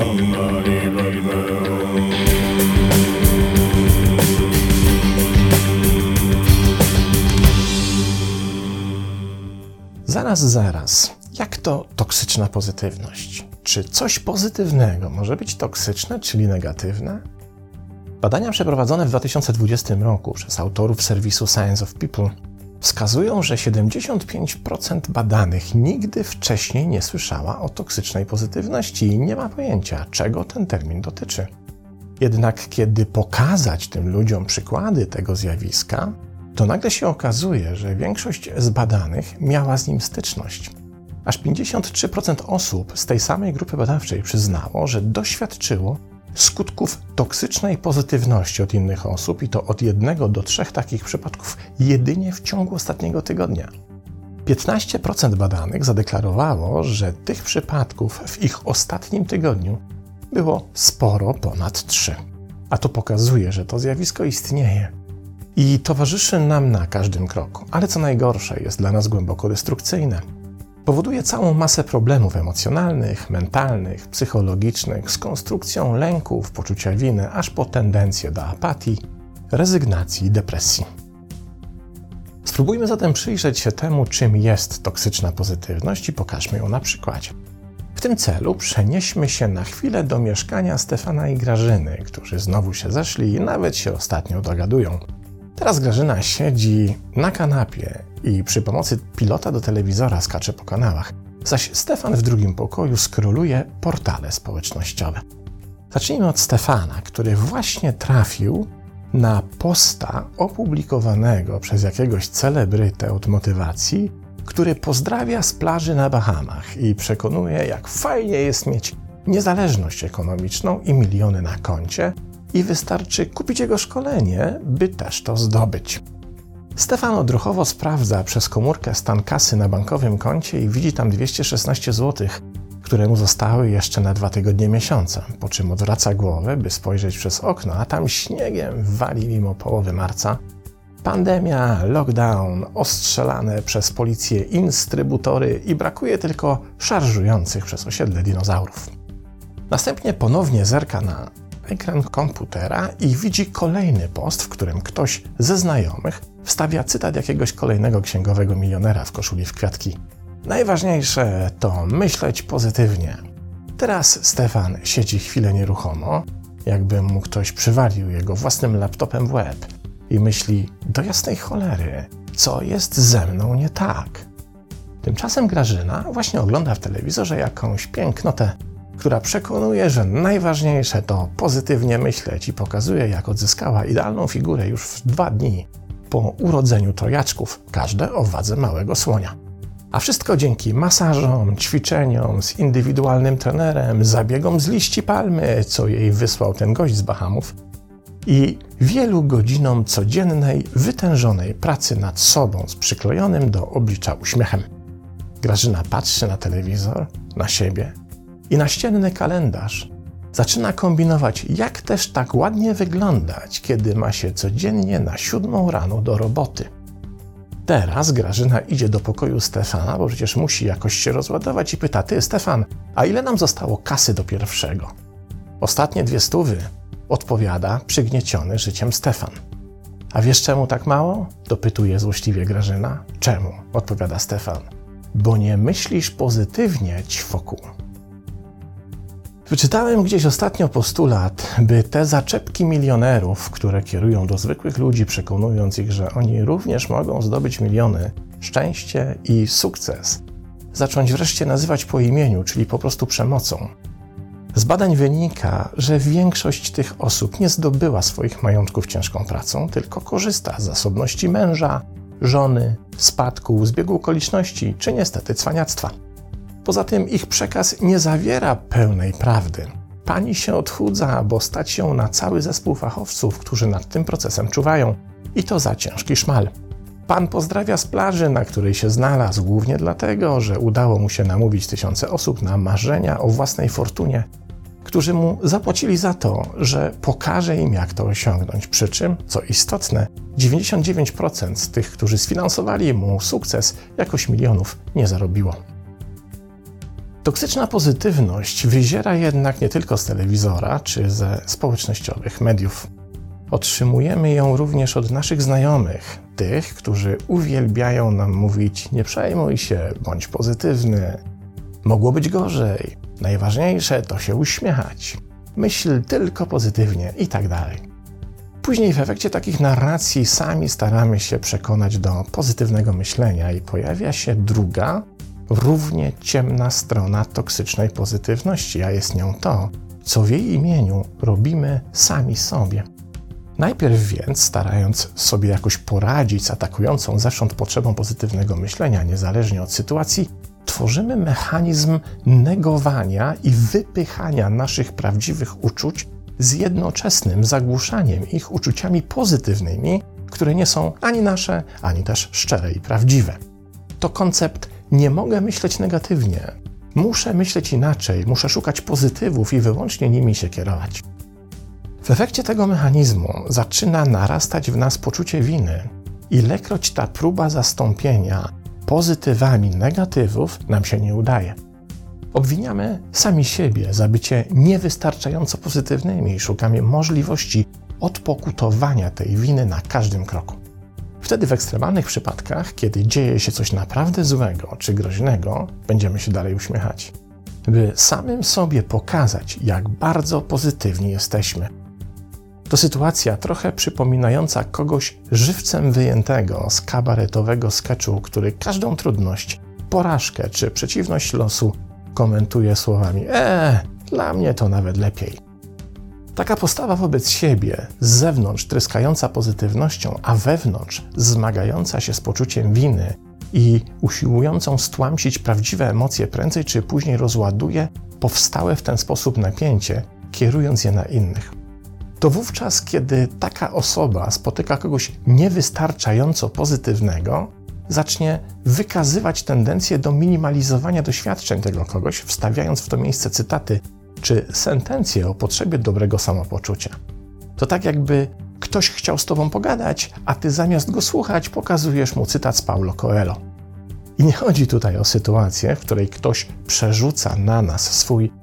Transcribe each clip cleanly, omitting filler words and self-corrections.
Zaraz. Jak to toksyczna pozytywność? Czy coś pozytywnego może być toksyczne, czyli negatywne? Badania przeprowadzone w 2020 roku przez autorów serwisu Science of People wskazują, że 75% badanych nigdy wcześniej nie słyszała o toksycznej pozytywności i nie ma pojęcia, czego ten termin dotyczy. Jednak kiedy pokazać tym ludziom przykłady tego zjawiska, to nagle się okazuje, że większość z badanych miała z nim styczność. Aż 53% osób z tej samej grupy badawczej przyznało, że doświadczyło skutków toksycznej pozytywności od innych osób i to od 1 do 3 takich przypadków jedynie w ciągu ostatniego tygodnia. 15% badanych zadeklarowało, że tych przypadków w ich ostatnim tygodniu było sporo ponad 3. A to pokazuje, że to zjawisko istnieje i towarzyszy nam na każdym kroku, ale co najgorsze, jest dla nas głęboko destrukcyjne. Powoduje całą masę problemów emocjonalnych, mentalnych, psychologicznych, z konstrukcją lęków, poczucia winy, aż po tendencję do apatii, rezygnacji i depresji. Spróbujmy zatem przyjrzeć się temu, czym jest toksyczna pozytywność i pokażmy ją na przykładzie. W tym celu przenieśmy się na chwilę do mieszkania Stefana i Grażyny, którzy znowu się zeszli i nawet się ostatnio dogadują. Teraz Grażyna siedzi na kanapie i przy pomocy pilota do telewizora skacze po kanałach, zaś Stefan w drugim pokoju skroluje portale społecznościowe. Zacznijmy od Stefana, który właśnie trafił na posta opublikowanego przez jakiegoś celebrytę od motywacji, który pozdrawia z plaży na Bahamach i przekonuje, jak fajnie jest mieć niezależność ekonomiczną i miliony na koncie, i wystarczy kupić jego szkolenie, by też to zdobyć. Stefan odruchowo sprawdza przez komórkę stan kasy na bankowym koncie i widzi tam 216 zł, które mu zostały jeszcze na 2 tygodnie miesiąca, po czym odwraca głowę, by spojrzeć przez okno, a tam śniegiem wali mimo połowy marca. Pandemia, lockdown, ostrzelane przez policję instrybutory i brakuje tylko szarżujących przez osiedle dinozaurów. Następnie ponownie zerka na ekran komputera i widzi kolejny post, w którym ktoś ze znajomych wstawia cytat jakiegoś kolejnego księgowego milionera w koszuli w kwiatki. Najważniejsze to myśleć pozytywnie. Teraz Stefan siedzi chwilę nieruchomo, jakby mu ktoś przywalił jego własnym laptopem w łeb i myśli, do jasnej cholery, co jest ze mną nie tak? Tymczasem Grażyna właśnie ogląda w telewizorze jakąś pięknotę, która przekonuje, że najważniejsze to pozytywnie myśleć i pokazuje, jak odzyskała idealną figurę już w 2 dni po urodzeniu trojaczków, każde o wadze małego słonia. A wszystko dzięki masażom, ćwiczeniom z indywidualnym trenerem, zabiegom z liści palmy, co jej wysłał ten gość z Bahamów, i wielu godzinom codziennej, wytężonej pracy nad sobą z przyklejonym do oblicza uśmiechem. Grażyna patrzy na telewizor, na siebie i naścienny kalendarz. Zaczyna kombinować, jak też tak ładnie wyglądać, kiedy ma się codziennie na 7 rano do roboty. Teraz Grażyna idzie do pokoju Stefana, bo przecież musi jakoś się rozładować i pyta: ty, Stefan, a ile nam zostało kasy do pierwszego? Ostatnie 200, odpowiada przygnieciony życiem Stefan. A wiesz, czemu tak mało? Dopytuje złośliwie Grażyna. Czemu? Odpowiada Stefan. Bo nie myślisz pozytywnie, ćwoku. Wyczytałem gdzieś ostatnio postulat, by te zaczepki milionerów, które kierują do zwykłych ludzi, przekonując ich, że oni również mogą zdobyć miliony, szczęście i sukces, zacząć wreszcie nazywać po imieniu, czyli po prostu przemocą. Z badań wynika, że większość tych osób nie zdobyła swoich majątków ciężką pracą, tylko korzysta z zasobności męża, żony, spadku, zbiegu okoliczności czy niestety cwaniactwa. Poza tym ich przekaz nie zawiera pełnej prawdy. Pani się odchudza, bo stać ją na cały zespół fachowców, którzy nad tym procesem czuwają. I to za ciężki szmal. Pan pozdrawia z plaży, na której się znalazł, głównie dlatego, że udało mu się namówić tysiące osób na marzenia o własnej fortunie, którzy mu zapłacili za to, że pokaże im, jak to osiągnąć. Przy czym, co istotne, 99% z tych, którzy sfinansowali mu sukces, jakoś milionów nie zarobiło. Toksyczna pozytywność wyziera jednak nie tylko z telewizora czy ze społecznościowych mediów. Otrzymujemy ją również od naszych znajomych, tych, którzy uwielbiają nam mówić: nie przejmuj się, bądź pozytywny, mogło być gorzej, najważniejsze to się uśmiechać, myśl tylko pozytywnie i tak dalej. Później w efekcie takich narracji sami staramy się przekonać do pozytywnego myślenia i pojawia się druga, równie ciemna strona toksycznej pozytywności, a jest nią to, co w jej imieniu robimy sami sobie. Najpierw więc, starając sobie jakoś poradzić z atakującą zewsząd potrzebą pozytywnego myślenia, niezależnie od sytuacji, tworzymy mechanizm negowania i wypychania naszych prawdziwych uczuć z jednoczesnym zagłuszaniem ich uczuciami pozytywnymi, które nie są ani nasze, ani też szczere i prawdziwe. To koncept: nie mogę myśleć negatywnie, muszę myśleć inaczej, muszę szukać pozytywów i wyłącznie nimi się kierować. W efekcie tego mechanizmu zaczyna narastać w nas poczucie winy. Ilekroć ta próba zastąpienia pozytywami negatywów nam się nie udaje. Obwiniamy sami siebie za bycie niewystarczająco pozytywnymi i szukamy możliwości odpokutowania tej winy na każdym kroku. Wtedy w ekstremalnych przypadkach, kiedy dzieje się coś naprawdę złego czy groźnego, będziemy się dalej uśmiechać, by samym sobie pokazać, jak bardzo pozytywni jesteśmy. To sytuacja trochę przypominająca kogoś żywcem wyjętego z kabaretowego skeczu, który każdą trudność, porażkę czy przeciwność losu komentuje słowami: dla mnie to nawet lepiej. Taka postawa wobec siebie, z zewnątrz tryskająca pozytywnością, a wewnątrz zmagająca się z poczuciem winy i usiłującą stłamsić prawdziwe emocje, prędzej czy później rozładuje powstałe w ten sposób napięcie, kierując je na innych. To wówczas, kiedy taka osoba spotyka kogoś niewystarczająco pozytywnego, zacznie wykazywać tendencję do minimalizowania doświadczeń tego kogoś, wstawiając w to miejsce cytaty czy sentencje o potrzebie dobrego samopoczucia. To tak, jakby ktoś chciał z tobą pogadać, a ty zamiast go słuchać, pokazujesz mu cytat z Paulo Coelho. I nie chodzi tutaj o sytuację, w której ktoś przerzuca na nas swój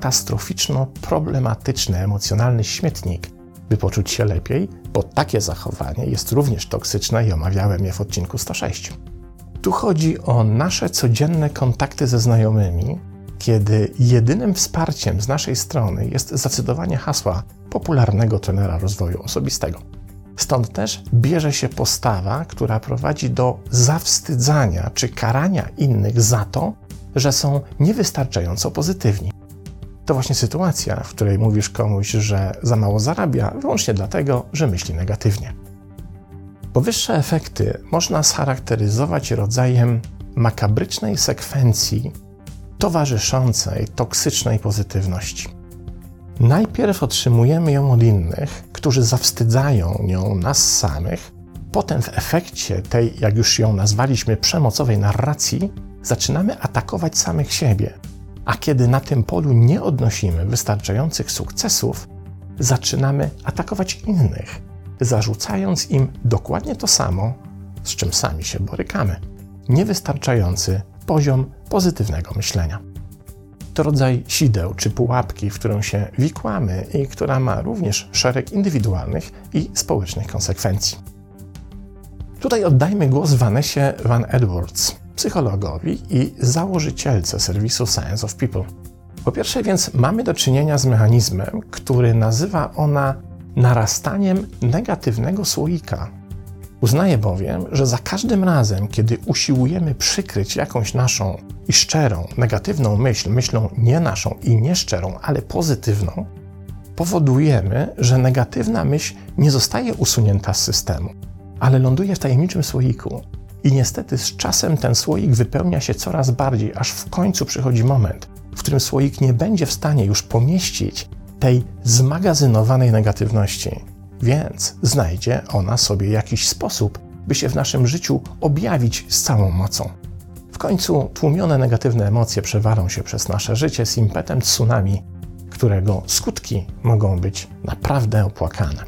katastroficzno-problematyczny, emocjonalny śmietnik, by poczuć się lepiej, bo takie zachowanie jest również toksyczne i omawiałem je w odcinku 106. Tu chodzi o nasze codzienne kontakty ze znajomymi, kiedy jedynym wsparciem z naszej strony jest zacytowanie hasła popularnego trenera rozwoju osobistego. Stąd też bierze się postawa, która prowadzi do zawstydzania czy karania innych za to, że są niewystarczająco pozytywni. To właśnie sytuacja, w której mówisz komuś, że za mało zarabia wyłącznie dlatego, że myśli negatywnie. Powyższe efekty można scharakteryzować rodzajem makabrycznej sekwencji towarzyszącej toksycznej pozytywności. Najpierw otrzymujemy ją od innych, którzy zawstydzają nią nas samych, potem w efekcie tej, jak już ją nazwaliśmy, przemocowej narracji, zaczynamy atakować samych siebie. A kiedy na tym polu nie odnosimy wystarczających sukcesów, zaczynamy atakować innych, zarzucając im dokładnie to samo, z czym sami się borykamy. Niewystarczający poziom pozytywnego myślenia. To rodzaj sideł czy pułapki, w którą się wikłamy i która ma również szereg indywidualnych i społecznych konsekwencji. Tutaj oddajmy głos Vanessie Van Edwards, psychologowi i założycielce serwisu Science of People. Po pierwsze więc mamy do czynienia z mechanizmem, który nazywa ona narastaniem negatywnego słoika. Uznaje bowiem, że za każdym razem, kiedy usiłujemy przykryć jakąś naszą i szczerą, negatywną myślą nie naszą i nieszczerą, ale pozytywną, powodujemy, że negatywna myśl nie zostaje usunięta z systemu, ale ląduje w tajemniczym słoiku. I niestety z czasem ten słoik wypełnia się coraz bardziej, aż w końcu przychodzi moment, w którym słoik nie będzie w stanie już pomieścić tej zmagazynowanej negatywności. Więc znajdzie ona sobie jakiś sposób, by się w naszym życiu objawić z całą mocą. W końcu tłumione negatywne emocje przewalą się przez nasze życie z impetem tsunami, którego skutki mogą być naprawdę opłakane.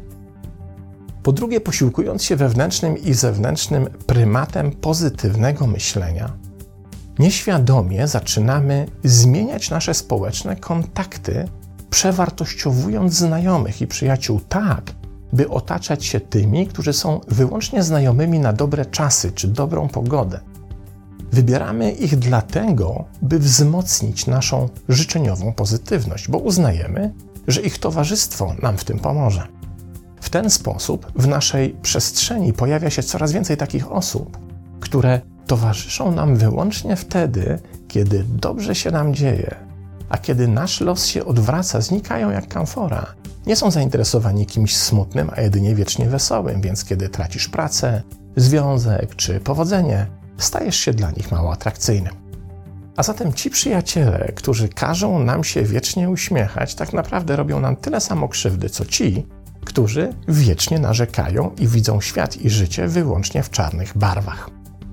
Po drugie, posiłkując się wewnętrznym i zewnętrznym prymatem pozytywnego myślenia, nieświadomie zaczynamy zmieniać nasze społeczne kontakty, przewartościowując znajomych i przyjaciół tak, by otaczać się tymi, którzy są wyłącznie znajomymi na dobre czasy czy dobrą pogodę. Wybieramy ich dlatego, by wzmocnić naszą życzeniową pozytywność, bo uznajemy, że ich towarzystwo nam w tym pomoże. W ten sposób w naszej przestrzeni pojawia się coraz więcej takich osób, które towarzyszą nam wyłącznie wtedy, kiedy dobrze się nam dzieje, a kiedy nasz los się odwraca, znikają jak kamfora. Nie są zainteresowani kimś smutnym, a jedynie wiecznie wesołym, więc kiedy tracisz pracę, związek czy powodzenie, stajesz się dla nich mało atrakcyjny. A zatem ci przyjaciele, którzy każą nam się wiecznie uśmiechać, tak naprawdę robią nam tyle samo krzywdy, co ci, którzy wiecznie narzekają i widzą świat i życie wyłącznie w czarnych barwach.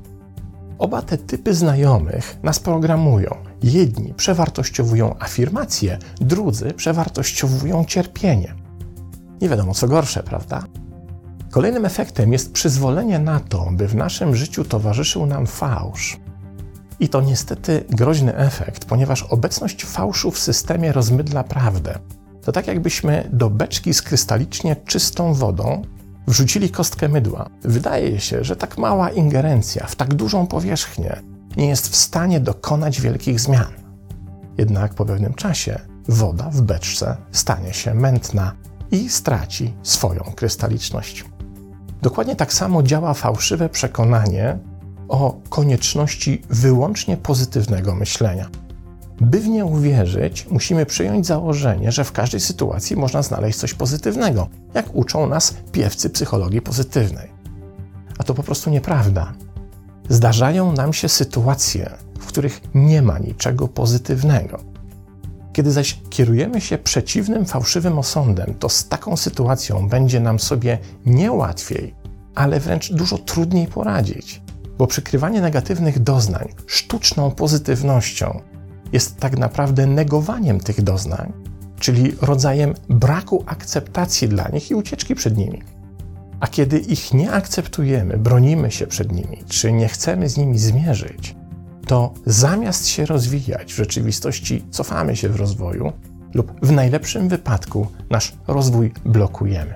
Oba te typy znajomych nas programują. Jedni przewartościowują afirmacje, drudzy przewartościowują cierpienie. Nie wiadomo co gorsze, prawda? Kolejnym efektem jest przyzwolenie na to, by w naszym życiu towarzyszył nam fałsz. I to niestety groźny efekt, ponieważ obecność fałszu w systemie rozmydla prawdę. To tak jakbyśmy do beczki z krystalicznie czystą wodą wrzucili kostkę mydła. Wydaje się, że tak mała ingerencja w tak dużą powierzchnię nie jest w stanie dokonać wielkich zmian. Jednak po pewnym czasie woda w beczce stanie się mętna i straci swoją krystaliczność. Dokładnie tak samo działa fałszywe przekonanie o konieczności wyłącznie pozytywnego myślenia. By w nie uwierzyć, musimy przyjąć założenie, że w każdej sytuacji można znaleźć coś pozytywnego, jak uczą nas piewcy psychologii pozytywnej. A to po prostu nieprawda. Zdarzają nam się sytuacje, w których nie ma niczego pozytywnego. Kiedy zaś kierujemy się przeciwnym, fałszywym osądem, to z taką sytuacją będzie nam sobie nie łatwiej, ale wręcz dużo trudniej poradzić, bo przykrywanie negatywnych doznań sztuczną pozytywnością jest tak naprawdę negowaniem tych doznań, czyli rodzajem braku akceptacji dla nich i ucieczki przed nimi. A kiedy ich nie akceptujemy, bronimy się przed nimi, czy nie chcemy z nimi zmierzyć, to zamiast się rozwijać, w rzeczywistości cofamy się w rozwoju lub w najlepszym wypadku nasz rozwój blokujemy.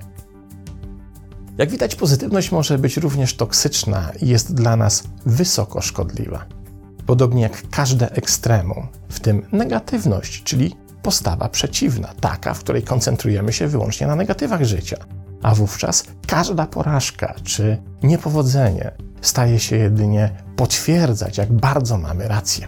Jak widać, pozytywność może być również toksyczna i jest dla nas wysoko szkodliwa. Podobnie jak każde ekstremum, w tym negatywność, czyli postawa przeciwna, taka, w której koncentrujemy się wyłącznie na negatywach życia. A wówczas każda porażka czy niepowodzenie staje się jedynie potwierdzać, jak bardzo mamy rację.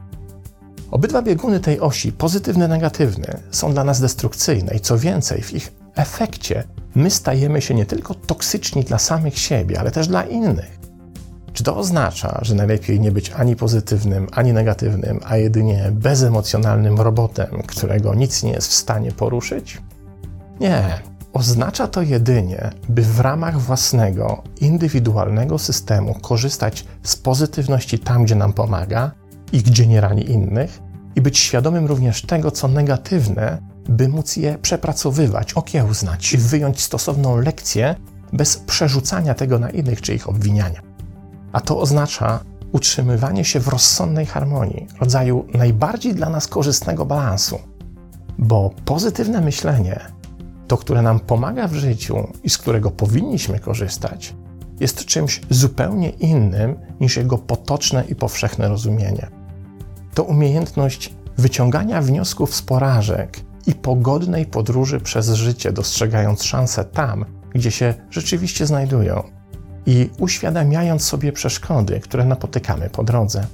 Obydwa bieguny tej osi, pozytywny, negatywny, są dla nas destrukcyjne i co więcej, w ich efekcie my stajemy się nie tylko toksyczni dla samych siebie, ale też dla innych. Czy to oznacza, że najlepiej nie być ani pozytywnym, ani negatywnym, a jedynie bezemocjonalnym robotem, którego nic nie jest w stanie poruszyć? Nie. Oznacza to jedynie, by w ramach własnego, indywidualnego systemu korzystać z pozytywności tam, gdzie nam pomaga i gdzie nie rani innych, i być świadomym również tego, co negatywne, by móc je przepracowywać, okiełznać i wyjąć stosowną lekcję bez przerzucania tego na innych czy ich obwiniania. A to oznacza utrzymywanie się w rozsądnej harmonii, rodzaju najbardziej dla nas korzystnego balansu, bo pozytywne myślenie, to, które nam pomaga w życiu i z którego powinniśmy korzystać, jest czymś zupełnie innym niż jego potoczne i powszechne rozumienie. To umiejętność wyciągania wniosków z porażek i pogodnej podróży przez życie, dostrzegając szanse tam, gdzie się rzeczywiście znajdują i uświadamiając sobie przeszkody, które napotykamy po drodze,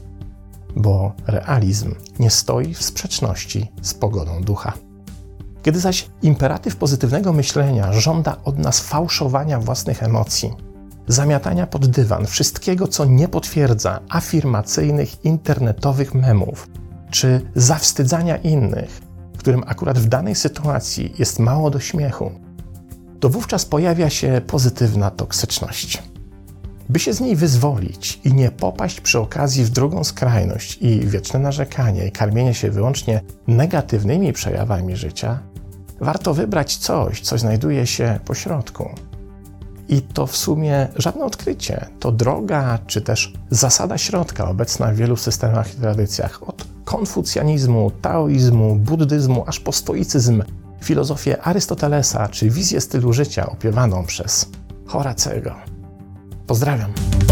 bo realizm nie stoi w sprzeczności z pogodą ducha. Kiedy zaś imperatyw pozytywnego myślenia żąda od nas fałszowania własnych emocji, zamiatania pod dywan wszystkiego, co nie potwierdza afirmacyjnych internetowych memów, czy zawstydzania innych, którym akurat w danej sytuacji jest mało do śmiechu, to wówczas pojawia się pozytywna toksyczność. By się z niej wyzwolić i nie popaść przy okazji w drugą skrajność i wieczne narzekanie i karmienie się wyłącznie negatywnymi przejawami życia, warto wybrać coś, co znajduje się pośrodku. I to w sumie żadne odkrycie. To droga, czy też zasada środka obecna w wielu systemach i tradycjach. Od konfucjanizmu, taoizmu, buddyzmu, aż po stoicyzm, filozofię Arystotelesa, czy wizję stylu życia opiewaną przez Horacego. Pozdrawiam.